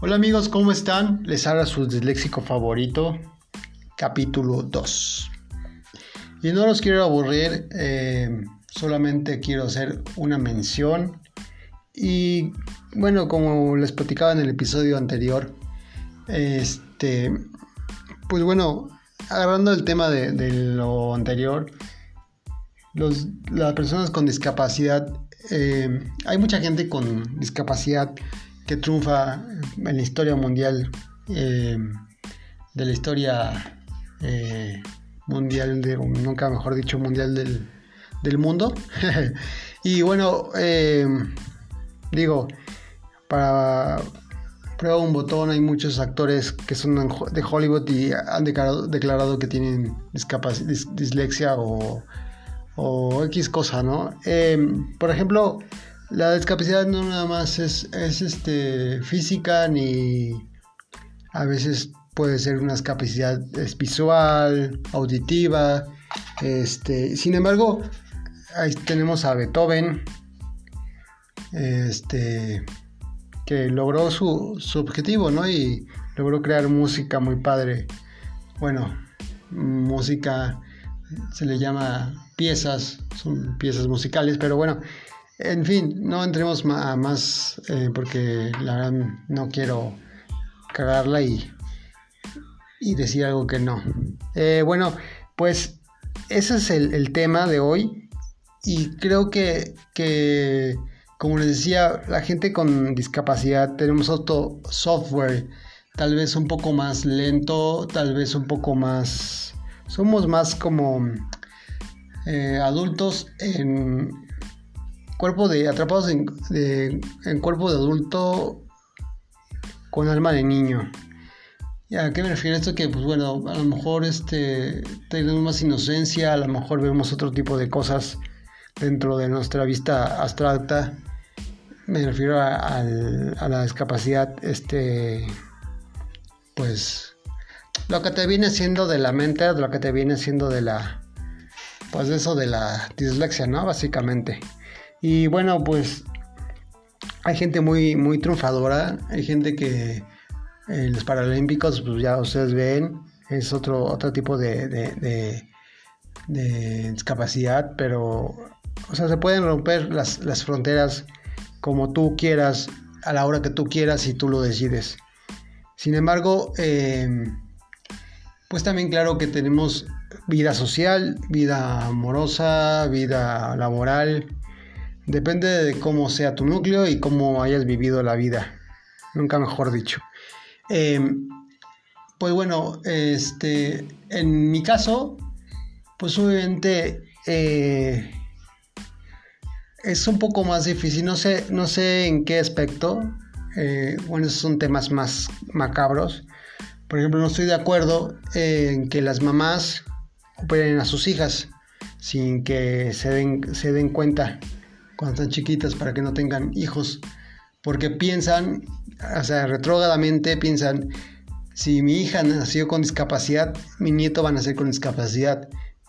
Hola amigos, ¿cómo están? Les habla su disléxico favorito, capítulo 2. Y no los quiero aburrir, solamente quiero hacer una mención. Y bueno, como les platicaba en el episodio anterior, pues bueno, agarrando el tema de lo anterior, las personas con discapacidad, hay mucha gente con discapacidad que triunfa en la historia mundial, de la historia mundial, nunca mejor dicho, mundial del mundo. Y bueno, para prueba un botón, hay muchos actores que son de Hollywood y han declarado que tienen dislexia o X cosa, ¿no? Por ejemplo, la discapacidad no nada más es física, ni a veces puede ser una discapacidad visual, auditiva. Sin embargo, ahí tenemos a Beethoven, que logró su objetivo, ¿no? Y logró crear música muy padre. Bueno, música se le llama piezas, son piezas musicales, pero bueno, en fin, no entremos a más porque la verdad no quiero cagarla y decir algo que no. Bueno, pues ese es el tema de hoy, y creo que como les decía, la gente con discapacidad tenemos otro software, tal vez un poco más lento, tal vez un poco más, somos más como adultos atrapados en cuerpo de adulto con alma de niño. ¿Y a qué me refiero esto? Que pues bueno, a lo mejor tenemos más inocencia, a lo mejor vemos otro tipo de cosas dentro de nuestra vista abstracta. Me refiero a la discapacidad, pues lo que te viene siendo de la mente, lo que te viene siendo de la, pues eso de la dislexia, ¿no? Básicamente. Y bueno, pues hay gente muy, muy triunfadora, hay gente que en los Paralímpicos, pues ya ustedes ven, es otro tipo de discapacidad, pero, o sea, se pueden romper las fronteras como tú quieras, a la hora que tú quieras, y tú lo decides. Sin embargo, pues también claro que tenemos vida social, vida amorosa, vida laboral. Depende de cómo sea tu núcleo y cómo hayas vivido la vida, nunca mejor dicho. Pues bueno, en mi caso, pues obviamente es un poco más difícil, no sé en qué aspecto. Bueno, esos son temas más macabros. Por ejemplo, no estoy de acuerdo en que las mamás operen a sus hijas sin que se den cuenta cuando están chiquitas, para que no tengan hijos, porque piensan, o sea, retrógradamente piensan: si mi hija nació con discapacidad, mi nieto va a nacer con discapacidad.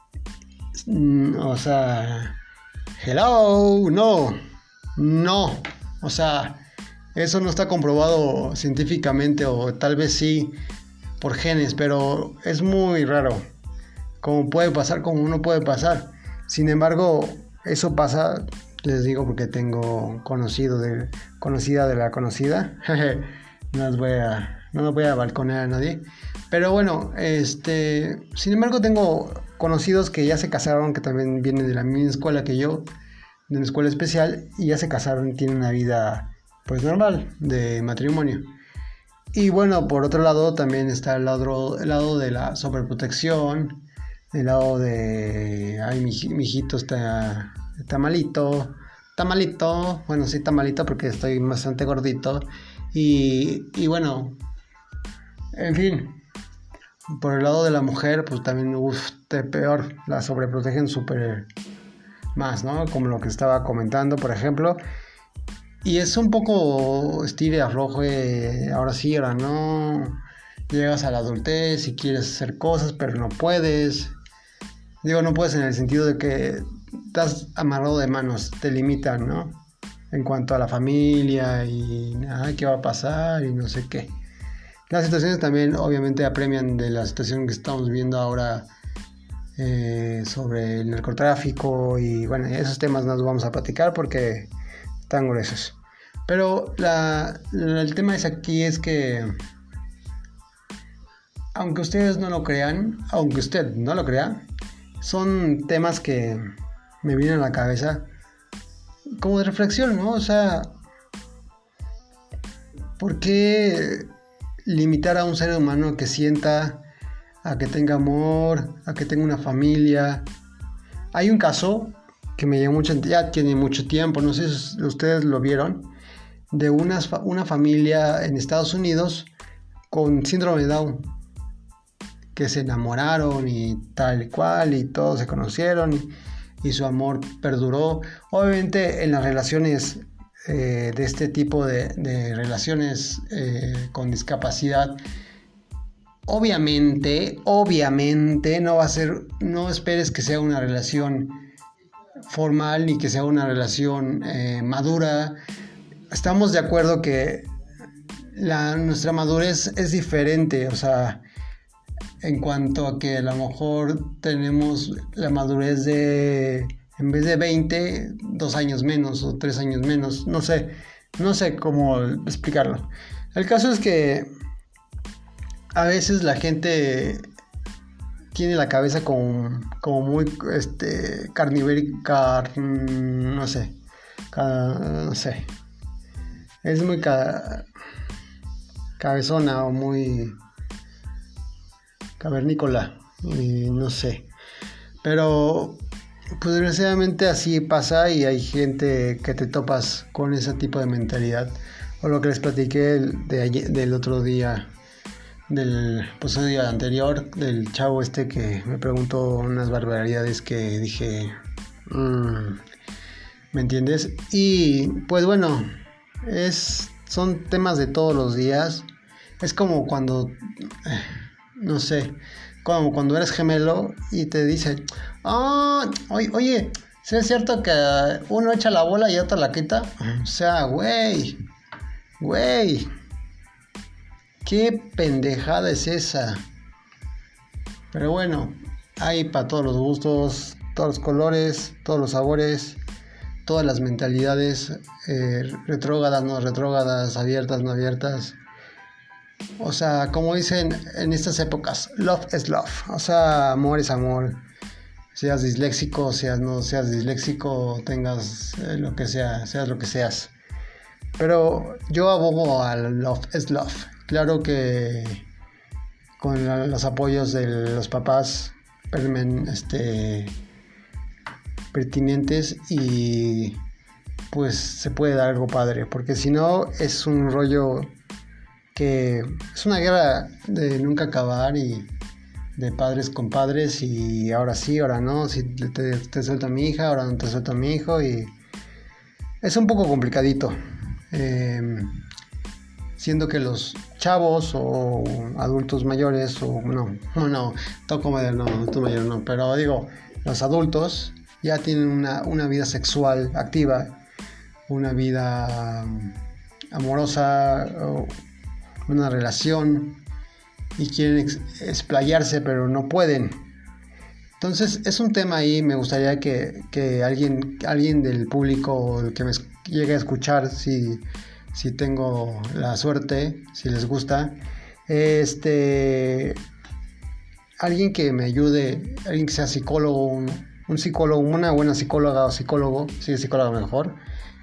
O sea, hello, no, o sea, eso no está comprobado científicamente, o tal vez sí por genes, pero es muy raro. Como puede pasar, como no puede pasar. Sin embargo, eso pasa, les digo, porque tengo conocida de la conocida. No voy a balconear a nadie. Pero bueno, sin embargo, tengo conocidos que ya se casaron, que también vienen de la misma escuela que yo, de una escuela especial, y ya se casaron y tienen una vida pues normal de matrimonio. Y bueno, por otro lado también está el lado de la sobreprotección, el lado de, ay, mi hijito está malito, bueno, sí está malito porque estoy bastante gordito, y bueno, en fin, por el lado de la mujer, pues también, peor, la sobreprotegen súper más, ¿no? Como lo que estaba comentando, por ejemplo. Y es un poco estire afloje, ahora sí, ahora no. Llegas a la adultez y quieres hacer cosas, pero no puedes. Digo, no puedes en el sentido de que estás amarrado de manos, te limitan, ¿no? en cuanto a la familia y qué va a pasar y no sé qué. Las situaciones también obviamente apremian de la situación que estamos viendo ahora sobre el narcotráfico y bueno, esos temas no los vamos a platicar porque están gruesos. Pero el tema aquí es que aunque ustedes no lo crean, aunque usted no lo crea, son temas que me vienen a la cabeza como de reflexión, ¿no? O sea, ¿por qué limitar a un ser humano que sienta, a que tenga amor, a que tenga una familia? Hay un caso que me llamó mucho, ya tiene mucho tiempo, no sé si ustedes lo vieron, de una familia en Estados Unidos con síndrome de Down, que se enamoraron y tal y cual, y todos se conocieron y su amor perduró. Obviamente en las relaciones de este tipo de relaciones con discapacidad, obviamente no va a ser, no esperes que sea una relación formal ni que sea una relación madura. Estamos de acuerdo que nuestra madurez es diferente, o sea, en cuanto a que a lo mejor tenemos la madurez de, en vez de 20, 2 años menos o 3 años menos, no sé cómo explicarlo. El caso es que a veces la gente tiene la cabeza como muy carnívorica, no sé, es muy cabezona o muy cavernícola, y no sé, pero pues desgraciadamente así pasa y hay gente que te topas con ese tipo de mentalidad, o lo que les platiqué del otro día, del episodio anterior, del chavo que me preguntó unas barbaridades que dije, ¿me entiendes? Y pues bueno, son temas de todos los días. Es como cuando no sé, como cuando eres gemelo y te dicen, oye, ¿sí es cierto que uno echa la bola y otro la quita? O sea, güey, qué pendejada es esa. Pero bueno, hay para todos los gustos, todos los colores, todos los sabores, todas las mentalidades, retrógradas, no retrógradas, abiertas, no abiertas. O sea, como dicen en estas épocas, love is love. O sea, amor es amor. Seas disléxico, no seas disléxico, tengas lo que sea, seas lo que seas. Pero yo abogo al love is love. Claro que con los apoyos de los papás pertinentes y pues se puede dar algo padre. Porque si no es un rollo que es una guerra de nunca acabar y de padres con padres y ahora sí, ahora no, si te suelta mi hija, ahora no te suelta mi hijo y es un poco complicadito, siendo que los chavos o adultos mayores o toco madera, no, adulto mayor no, pero digo, los adultos ya tienen una vida sexual activa, una vida amorosa, una relación y quieren explayarse pero no pueden. Entonces es un tema ahí. Me gustaría que alguien del público que me llegue a escuchar, si tengo la suerte, si les gusta, alguien que me ayude, alguien que sea psicólogo, un psicólogo, una buena psicóloga o psicólogo, si psicóloga mejor.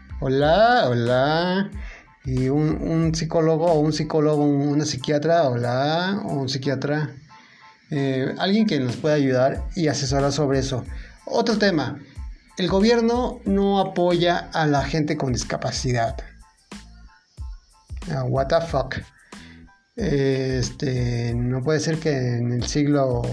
Hola. Y un psicólogo o un psicólogo, una psiquiatra, o un psiquiatra, alguien que nos pueda ayudar y asesorar sobre eso. Otro tema, el gobierno no apoya a la gente con discapacidad. What the fuck. No puede ser que en el siglo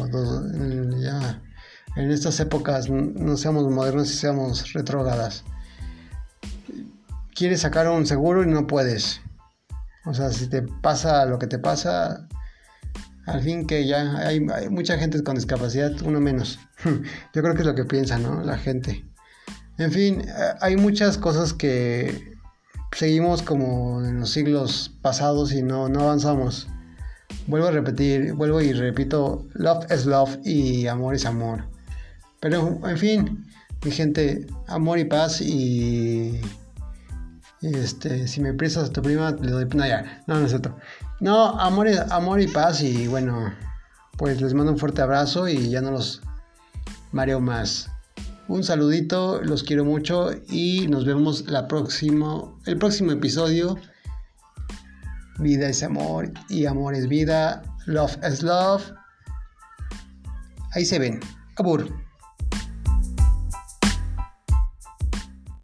en estas épocas no seamos modernos y seamos retrógradas. Quieres sacar un seguro y no puedes. O sea, si te pasa lo que te pasa, al fin que ya hay mucha gente con discapacidad, uno menos. Yo creo que es lo que piensa, ¿no? La gente. En fin, hay muchas cosas que seguimos como en los siglos pasados y no avanzamos. Vuelvo a repetir, vuelvo y repito, love is love y amor es amor. Pero en fin, mi gente, amor y paz y si me prestas a tu prima, le doy... No, ya, no es cierto. No, amor y paz y bueno, pues les mando un fuerte abrazo y ya no los mareo más. Un saludito, los quiero mucho y nos vemos el próximo episodio. Vida es amor y amor es vida. Love is love. Ahí se ven. Abur.